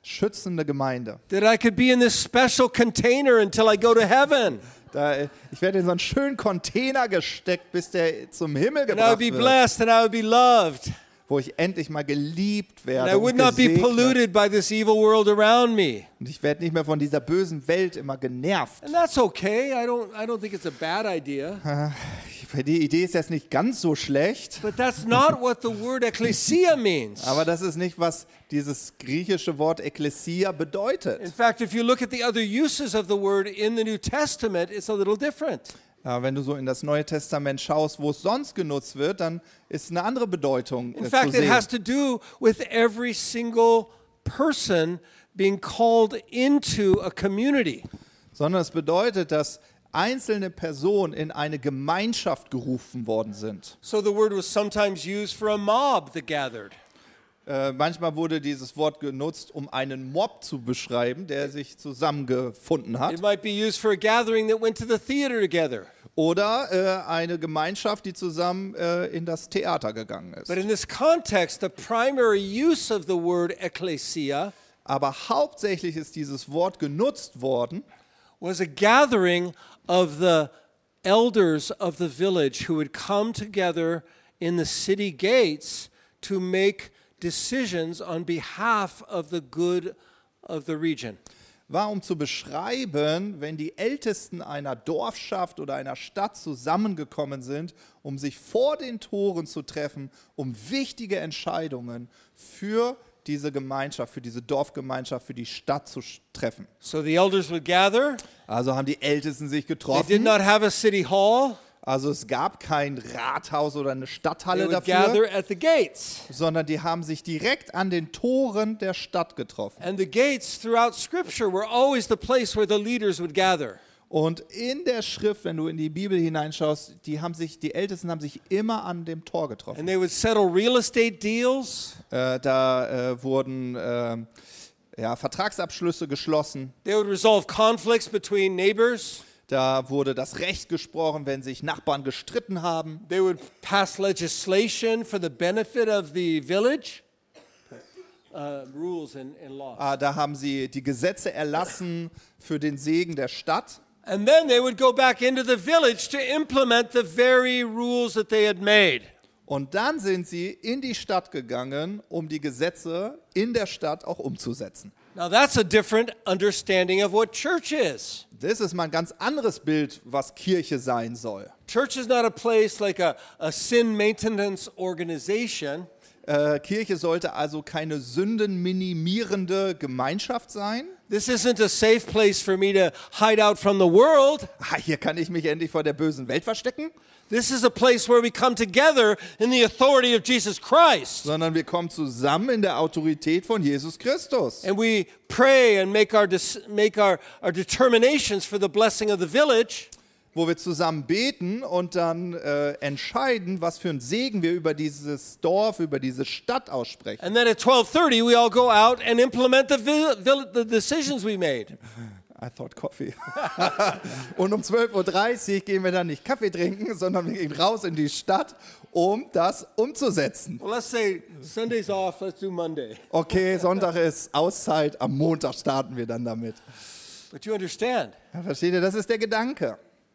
schützende Gemeinde. That I could be in this special container until I go to heaven. Da, äh, ich werde in so einen schönen Container gesteckt, bis der zum Himmel And I would gebracht be wird, blessed and I would be loved. wo ich endlich mal geliebt And werde I would und not be gesegnet. polluted by this evil world around me. Und ich werde nicht mehr von dieser bösen Welt immer genervt. And that's okay. I don't I don't think it's a bad idea. Die Idee ist jetzt nicht ganz so schlecht, But that's not what the word ecclesia means. aber das ist nicht, was dieses griechische Wort Ekklesia In bedeutet. fact, if you look at the other uses of the word in the New Testament, it's a little different. Ja, wenn du so in das Neue Testament schaust, wo es sonst genutzt wird, dann ist eine andere Bedeutung In äh, fact, zu it sehen. has to do with every single person being called into a community. Sondern es bedeutet, dass einzelne Personen in eine Gemeinschaft gerufen worden sind. So the word was sometimes used for a mob that gathered. Äh, manchmal wurde dieses Wort genutzt, um einen Mob zu beschreiben, der sich zusammengefunden hat. It might be used for a gathering that went to the theater together. Oder äh, eine Gemeinschaft, die zusammen äh, in das Theater gegangen ist. But in this context, the primary use of the word ecclesia Aber hauptsächlich ist dieses Wort genutzt worden, was a gathering of the elders of the village who would come together in the city gates to make decisions on behalf of the good of the region. war, um zu beschreiben, wenn die Ältesten einer Dorfschaft oder einer Stadt zusammengekommen sind, um sich vor den Toren zu treffen, um wichtige Entscheidungen für diese Gemeinschaft, für diese Dorfgemeinschaft, für die Stadt zu sch- treffen. So the elders would gather. Also haben die Ältesten sich They did getroffen. not have a city hall. Also es gab kein Rathaus oder eine They Stadthalle would dafür, gather at the gates. sondern die haben sich direkt an den Toren der Stadt getroffen. And the gates throughout Scripture were always the place where the leaders would gather. Und in der Schrift, wenn du in die Bibel hineinschaust, die haben sich, die Ältesten haben sich immer an dem Tor getroffen. And they would settle real estate deals. Äh, da äh, wurden äh, ja, Vertragsabschlüsse geschlossen. They would resolve conflicts between neighbors. Da wurde das Recht gesprochen, wenn sich Nachbarn gestritten haben. They would pass legislation for the benefit of the village. Uh, rules and, and laws. Ah, da haben sie die Gesetze erlassen für den Segen der Stadt. And then they would go back into the village to implement the very rules that they had made. Und dann sind sie in die Stadt gegangen, um die Gesetze in der Stadt auch umzusetzen. Now that's a different understanding of what church is. Das ist mal ein ganz anderes Bild, was Kirche sein soll. Church is not a place like a, a sin maintenance organization. Äh, Kirche sollte also keine sündenminimierende Gemeinschaft sein. This isn't a safe place for me to hide out from the world. Ah, hier kann ich mich endlich vor der bösen Welt verstecken. This is a place where we come together in the authority of Jesus Christ. Sondern wir kommen zusammen in der Autorität von Jesus Christus. And we pray and make our, dis- make our, our determinations for the blessing of the village. Wo wir zusammen beten und dann äh, entscheiden, was für einen Segen wir über dieses Dorf, über diese Stadt aussprechen. And then at twelve thirty, we all go out and implement the, vil- vil- the decisions we made. I thought coffee. Und um zwölf Uhr dreißig gehen wir dann nicht Kaffee trinken, sondern wir gehen raus in die Stadt, um das umzusetzen. Well, let's say Sunday's off, let's do Monday. Okay, Sonntag ist Auszeit, am Montag starten wir dann damit. But you understand, Ja, versteht ihr, das ist der Gedanke.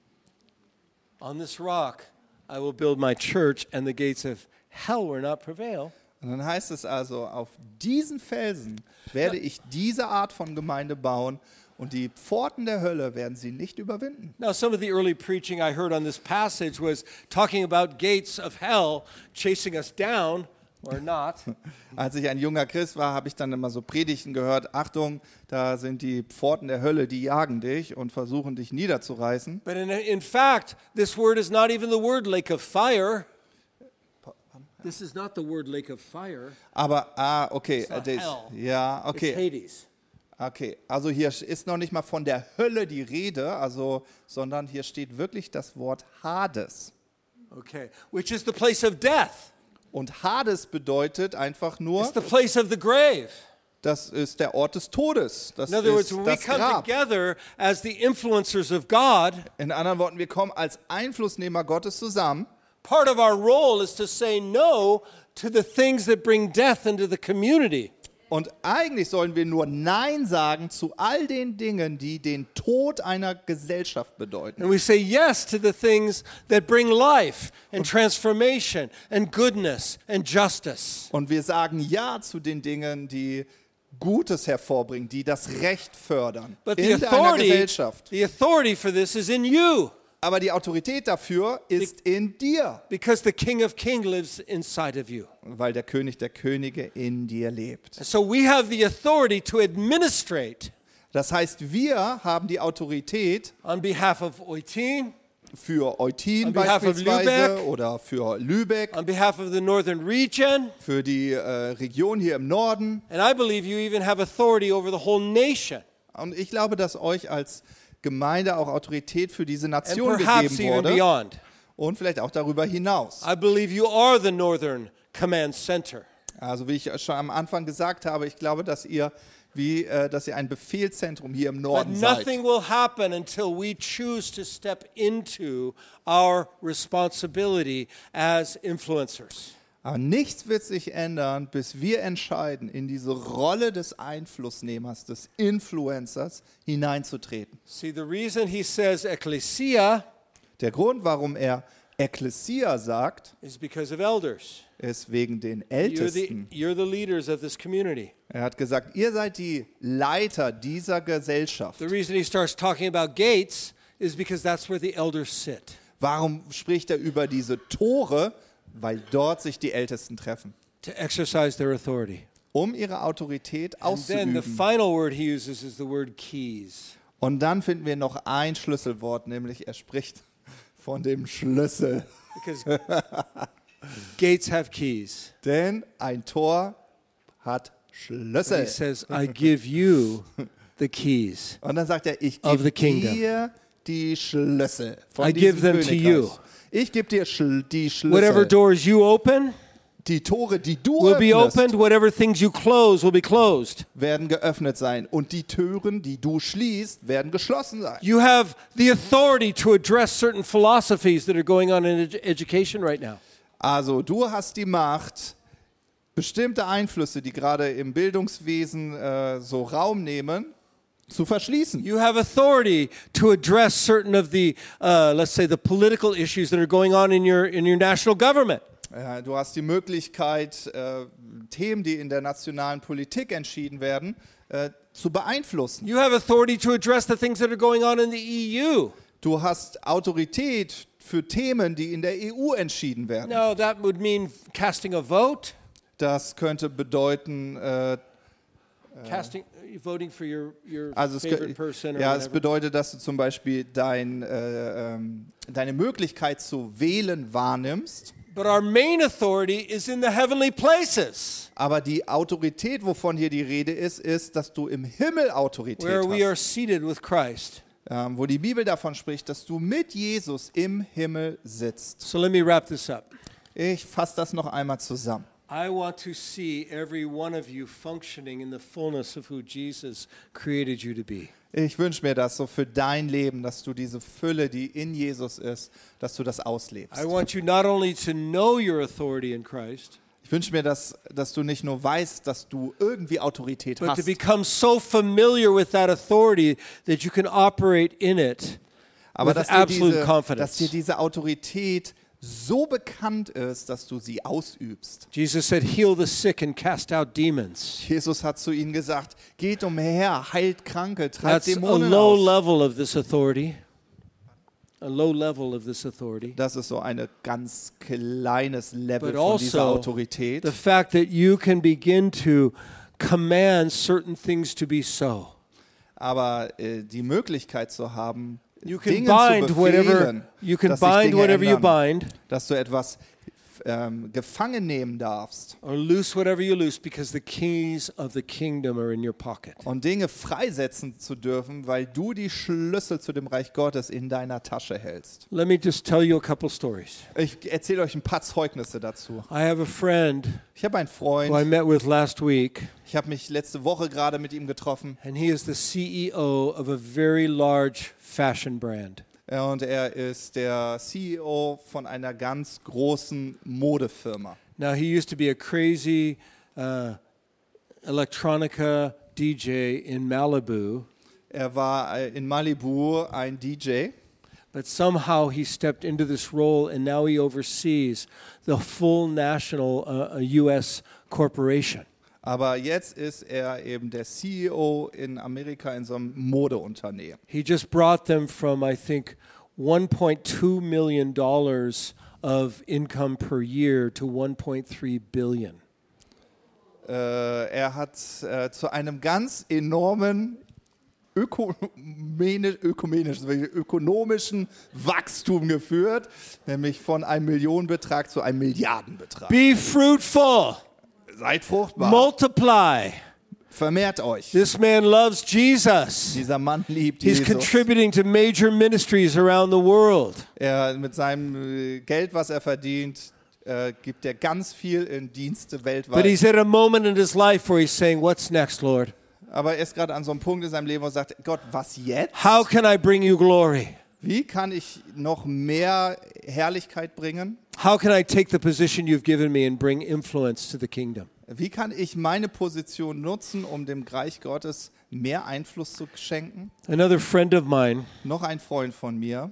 on this rock I will build my church and the gates of hell will not prevail. Und dann heißt es also, auf diesen Felsen werde ich diese Art von Gemeinde bauen und die Pforten der Hölle werden sie nicht überwinden. Now, some of the early preaching I heard on this passage was talking about gates of hell chasing us down or not. Als ich ein junger Christ war, habe ich dann immer so Predigten gehört, Achtung, da sind die Pforten der Hölle, die jagen dich und versuchen dich niederzureißen. But in, in fact, this word is not even the word lake of fire. This is not the word lake of fire. Aber, ah, okay. It's not äh, das- hell. Ja, It's okay. Hades. Okay, also hier ist noch nicht mal von der Hölle die Rede, also, sondern hier steht wirklich das Wort Hades. Okay, which is the place of death. Und Hades bedeutet einfach nur, It's the place of the grave. das ist der Ort des Todes. Das In other words, ist when we das come Grab. together as the influencers of God, In anderen Worten, wir kommen als Einflussnehmer Gottes zusammen. part of our role is to say no to the things that bring death into the community. Und eigentlich sollen wir nur Nein sagen zu all den Dingen, die den Tod einer Gesellschaft bedeuten. And we say yes to the things that bring life and transformation and goodness and justice. Und wir sagen Ja zu den Dingen, die Gutes hervorbringen, die das Recht fördern But the in deiner authority, Gesellschaft. the authority for this is in you, Aber die Autorität dafür ist in dir, because the King of Kings lives inside of you. weil der König der Könige in dir lebt. And so we have the authority to administrate Das heißt, wir haben die Autorität on behalf of Eutin, für Eutin On behalf of beispielsweise Lübeck. oder für Lübeck, on behalf of the northern region, für die äh, Region hier im Norden. and I believe you even have authority over the whole nation, Und ich glaube, dass euch als Gemeinde auch Autorität für diese and Nation perhaps gegeben even wurde beyond. und vielleicht auch darüber hinaus. I believe you are the northern command center. Also wie ich schon am Anfang gesagt habe, ich glaube, dass ihr wie äh, dass ihr ein Befehlszentrum hier im But Norden nothing seid. will happen until we choose to step into our responsibility as influencers. Aber nichts wird sich ändern, bis wir entscheiden, in diese Rolle des Einflussnehmers, des Influencers hineinzutreten. See, the reason he says ecclesia Der Grund, warum er Ekklesia sagt, is because of elders. ist wegen den You're the, Ältesten. you're the leaders of this community. Er hat gesagt, ihr seid die Leiter dieser Gesellschaft. The reason he starts talking about gates is because that's where the elders sit. Warum spricht er über diese Tore? Weil dort sich die Ältesten treffen, To exercise their authority. um ihre Autorität And then the auszuüben. final word he uses is the word keys. Und dann finden wir noch ein Schlüsselwort, nämlich er spricht von dem Schlüssel. Because gates have keys. Denn ein Tor hat He Schlüssel. says, I give you the keys. Und dann sagt er, ich Of the gebe kingdom. dir die Schlüssel von I give diesem them to Königreich. you. Ich gebe dir Schl die Whatever Schlüssel. doors you open Die Tore, die du will be öffnest, opened. Whatever things you close will be closed. werden geöffnet sein. Und die Türen, die du schließt, werden geschlossen sein. You have the authority to address certain philosophies that are going on in edu- education right now. Also du hast die Macht, bestimmte Einflüsse, die gerade im Bildungswesen äh, so Raum nehmen, zu verschließen. You have authority to address certain of the, uh, let's say, the political issues that are going on in your in your national government. Ja, du hast die Möglichkeit, äh, Themen, die in der nationalen Politik entschieden werden, äh, zu beeinflussen. You have authority to address the things that are going on in the E U. Du hast Autorität für Themen, die in der E U entschieden werden. Now that would mean casting a vote, Das könnte bedeuten, äh, casting, voting for your your also es, favorite ge- person or ja, es whatever. bedeutet, dass du zum Beispiel dein, äh, ähm, deine Möglichkeit zu wählen wahrnimmst. But our main authority is in the heavenly places, Aber die Autorität, wovon hier die Rede ist, ist, dass du im Himmel Autorität where we are hast. seated with Christ. Ähm, wo die Bibel davon spricht, dass du mit Jesus im Himmel sitzt. So let me wrap this up. Ich fasse das noch einmal zusammen. I want to see every one of you functioning in the fullness of who Jesus created you to be. Ich wünsche mir das so für dein Leben, dass du diese Fülle, die in Jesus ist, dass du das auslebst. I want you not only to know your authority in Christ, Ich wünsche mir, dass, dass du nicht nur weißt, dass du irgendwie Autorität but to hast, become so familiar with that authority that you can operate in it aber with dass dir, absolute diese, dass confidence. dir diese Autorität so bekannt ist, dass du sie ausübst. Jesus said, heal the sick and cast out demons. Jesus hat zu ihnen gesagt, geht umher, heilt Kranke, treibt That's a Dämonen low aus. level of this authority. A low level of this authority. Das ist so ein ganz kleines Level But von dieser also Autorität. the fact that you can begin to command certain things to be so. Aber äh, die Möglichkeit zu haben, You can Dinge bind zu whatever befehlen, you can dass sich bind Dinge whatever you ändern, bind, dass du etwas ähm, gefangen nehmen darfst or loose whatever you loose, because the keys of the kingdom are in your pocket. und Dinge freisetzen zu dürfen, weil du die Schlüssel zu dem Reich Gottes in deiner Tasche hältst. Let me just tell you a couple stories. Ich erzähle euch ein paar Zeugnisse dazu. I have a friend Ich habe einen who I Freund, met with last week, ich habe mich letzte Woche gerade mit ihm getroffen and he is the C E O of a very large fashion brand. äh, und er ist der C E O von einer ganz großen Modefirma. Now, he used to be a crazy uh, electronica D J in Malibu, Er war äh, in Malibu ein D J. but somehow he stepped into this role and now he oversees the full national uh, U S corporation. Aber jetzt ist er eben der C E O in Amerika in so einem Modeunternehmen. He just brought them from, I think, one point two million dollars of income per year to one point three billion. Äh, er hat äh, zu einem ganz enormen ökumenisch, ökumenisch, ökonomischen Wachstum geführt, nämlich von einem Millionenbetrag zu einem Milliardenbetrag. Be fruitful, Seid fruchtbar, multiply. vermehrt euch. This man loves Jesus. Dieser Mann liebt He's Jesus. contributing to major ministries around the world. Er, mit seinem äh, Geld, was er verdient, äh, gibt er ganz viel in Dienste But weltweit. he's at a moment in his life where he's saying, what's next, Lord? Aber er ist gerade an so einem Punkt in seinem Leben, wo er sagt, Gott, was jetzt? How can I bring you glory? Wie kann ich noch mehr Herrlichkeit bringen? How can I take the position you've given me and bring influence to the kingdom? Wie kann ich meine Position nutzen, um dem Reich Gottes mehr Einfluss zu schenken? Another friend of mine, Noch ein Freund von mir,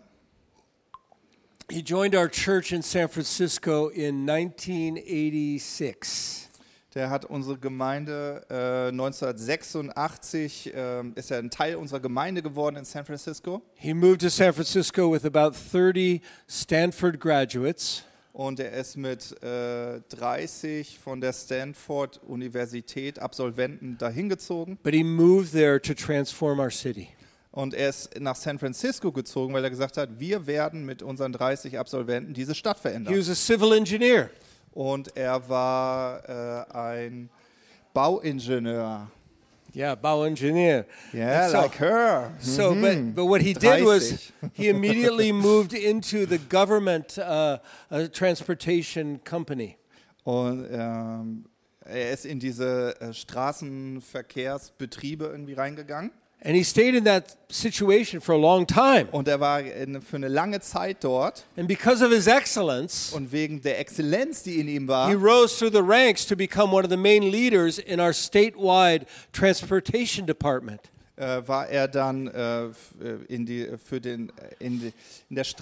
he joined our church in San Francisco in nineteen eighty-six. der hat unsere Gemeinde äh, neunzehnhundertsechsundachtzig, äh, ist er ein Teil unserer Gemeinde geworden in San Francisco. He moved to San Francisco with about thirty Stanford graduates. Und er ist mit äh, dreißig von der Stanford Universität Absolventen dahin gezogen. But he moved there to transform our city. Und er ist nach San Francisco gezogen, weil er gesagt hat, wir werden mit unseren dreißig Absolventen diese Stadt He verändern. was a civil engineer. Und er war äh, ein Bauingenieur. Yeah, Bauingenieur. Yeah, So- like her. So, Mhm. but, but what he did was dreißig. he immediately moved into the government uh, uh, transportation company. Und ähm, er ist in diese äh, Straßenverkehrsbetriebe irgendwie reingegangen. And he stayed in that situation for a long time. Und er war in, für eine lange Zeit dort. And because of his excellence, Und wegen der Exzellenz, die in ihm he war, rose through the ranks to become one of the main leaders in our statewide transportation department. äh, war er dann äh, f- äh, in, die, für den, äh, in, die, in der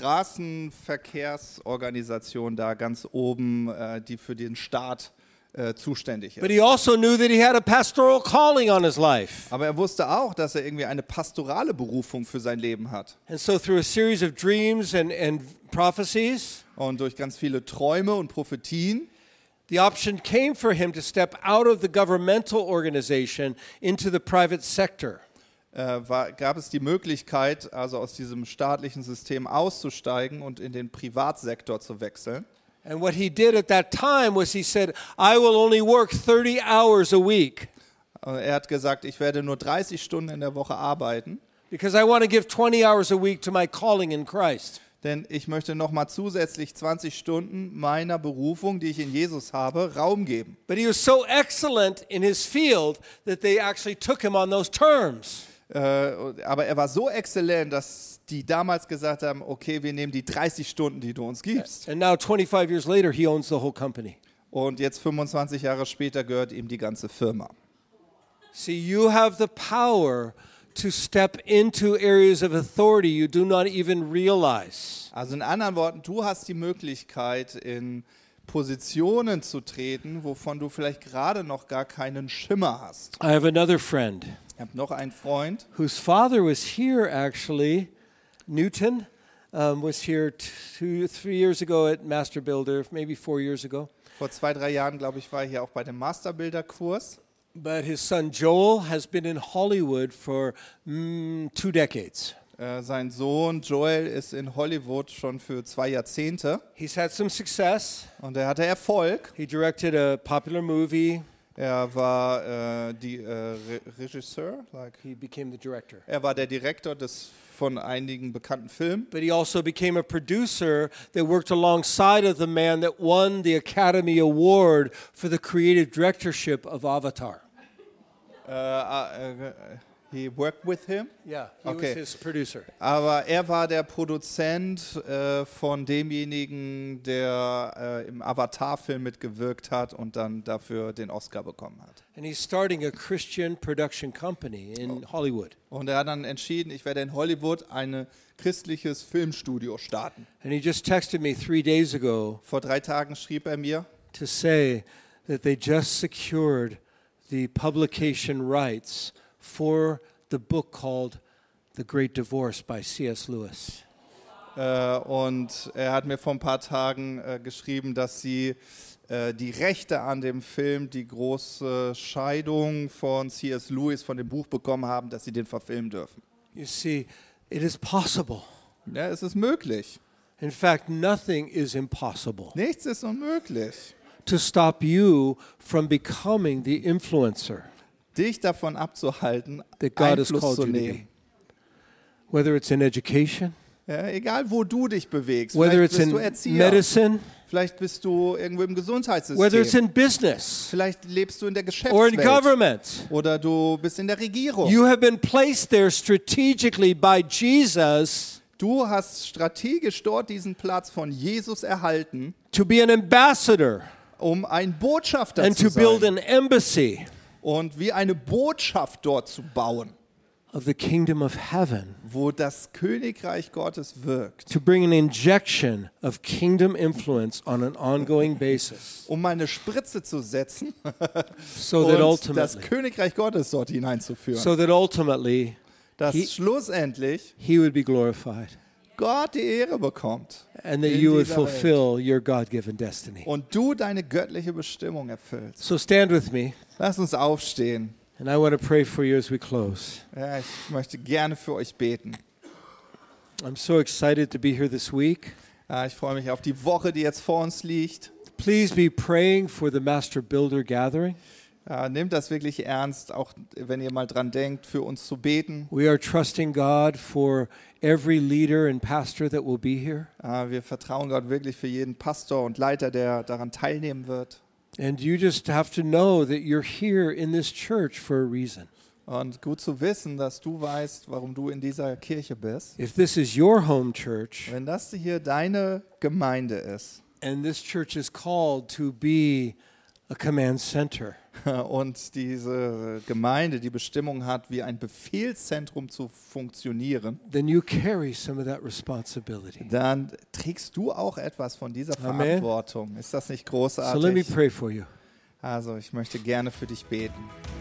Straßenverkehrsorganisation da ganz oben, äh, die für den Staat äh, zuständig But ist. he also knew that he had a pastoral calling on his life. Aber er wusste auch, dass er irgendwie eine pastorale Berufung für sein Leben hat. And so through a series of dreams and, and prophecies, Und durch ganz viele Träume und Prophetien the option came for him to step out of the governmental organization into the private sector. äh, war, gab es die Möglichkeit, also aus diesem staatlichen System auszusteigen und in den Privatsektor zu wechseln. And what he did at that time was he said, I will only work thirty hours a week Und er hat gesagt, ich werde nur dreißig Stunden in der Woche arbeiten, because I want to give twenty hours a week to my calling in Christ. denn ich möchte nochmal zusätzlich zwanzig Stunden meiner Berufung, die ich in Jesus habe, Raum geben. But he was so excellent in his field that they actually took him on those terms. Äh, aber er war so exzellent, dass die damals gesagt haben, okay, wir nehmen die dreißig Stunden, die du uns gibst. And now twenty-five years later, he owns the whole company. Und jetzt fünfundzwanzig Jahre später gehört ihm die ganze Firma. See, you have the power to step into areas of authority you do not even realize. Also in anderen Worten, du hast die Möglichkeit, in Positionen zu treten, wovon du vielleicht gerade noch gar keinen Schimmer hast. I have another friend Ich habe noch einen Freund, whose father was here actually. Newton um, was here two, three years ago at Master Builder, maybe four years ago. vor zwei, drei Jahren, glaube ich, war er hier auch bei dem Masterbilder-Kurs. But his son Joel has been in Hollywood for mm, two decades. Äh, sein Sohn Joel ist in Hollywood schon für zwei Jahrzehnte He's had some success. und er hatte Erfolg. He directed a popular movie. Er war äh, die, äh, Re Regisseur, like, He became the director. er war der Direktor des von einigen bekannten Filmen. But he also became a producer that worked alongside of the man that won the Academy Award for the creative directorship of Avatar. Äh, äh, He worked with him. Yeah, he Okay. was his producer. Aber er war der Produzent äh, von demjenigen, der äh, im Avatar-Film mitgewirkt hat und dann dafür den Oscar bekommen hat. And he's starting a Christian production company in Hollywood. Und er hat dann entschieden, ich werde in Hollywood ein christliches Filmstudio starten. And he just texted me three days ago Vor drei Tagen schrieb er mir, to say that they just secured the publication rights for the book called The Great Divorce by C S Lewis. äh, und er hat mir vor ein paar Tagen äh, geschrieben, dass sie äh, die Rechte an dem Film, die große Scheidung von C S Lewis, von dem Buch bekommen haben, dass sie den verfilmen dürfen. You see, it is possible. Ja, es ist möglich. In fact, nothing is impossible Nichts ist unmöglich. to stop you from becoming the influencer Dich davon abzuhalten, that God has Einfluss called zu you to be. nehmen. Whether it's in education, Ja, egal, wo du dich bewegst. whether Vielleicht it's bist in du Erzieher. medicine, Vielleicht bist du irgendwo im whether it's Gesundheitssystem. in business Vielleicht lebst du in der or in Geschäftswelt. government. Oder du bist in der Regierung. You have been placed there strategically by Jesus Du hast strategisch dort diesen Platz von Jesus erhalten, to be an ambassador um ein Botschafter and zu to build sein an embassy und wie eine Botschaft dort zu bauen, of the kingdom of heaven, wo das Königreich Gottes wirkt, to bring an injection of kingdom influence on an ongoing basis, um eine Spritze zu setzen so that und das ultimately, Königreich Gottes dort hineinzuführen, so that ultimately dass he- schlussendlich he would be glorified Gott die Ehre bekommt and that in you would dieser Welt fulfill your God-given destiny. und du deine göttliche Bestimmung erfüllst. So stand with me, Lass uns aufstehen. and I want to pray for you as we close. Ja, ich möchte gerne für euch beten. I'm so excited to be here this week. Ja, ich freue mich auf die Woche, die jetzt vor uns liegt. Please be praying for the Master Builder Gathering. Ja, nehmt das wirklich ernst, auch wenn ihr mal dran denkt, für uns zu beten. We are trusting God for every leader and pastor that will be here. Ja, wir vertrauen Gott wirklich für jeden Pastor und Leiter, der daran teilnehmen wird. And you just have to know that you're here in this church for a reason. Und gut zu wissen, dass du weißt, warum du in dieser Kirche bist. If this is your home church, Wenn das hier deine Gemeinde ist and this church is called to be a command center, und diese Gemeinde die Bestimmung hat, wie ein Befehlszentrum zu funktionieren, then you carry some of that responsibility. dann trägst du auch etwas von dieser Amen. Verantwortung. Ist das nicht So let me großartig? pray for you. Also ich möchte gerne für dich beten.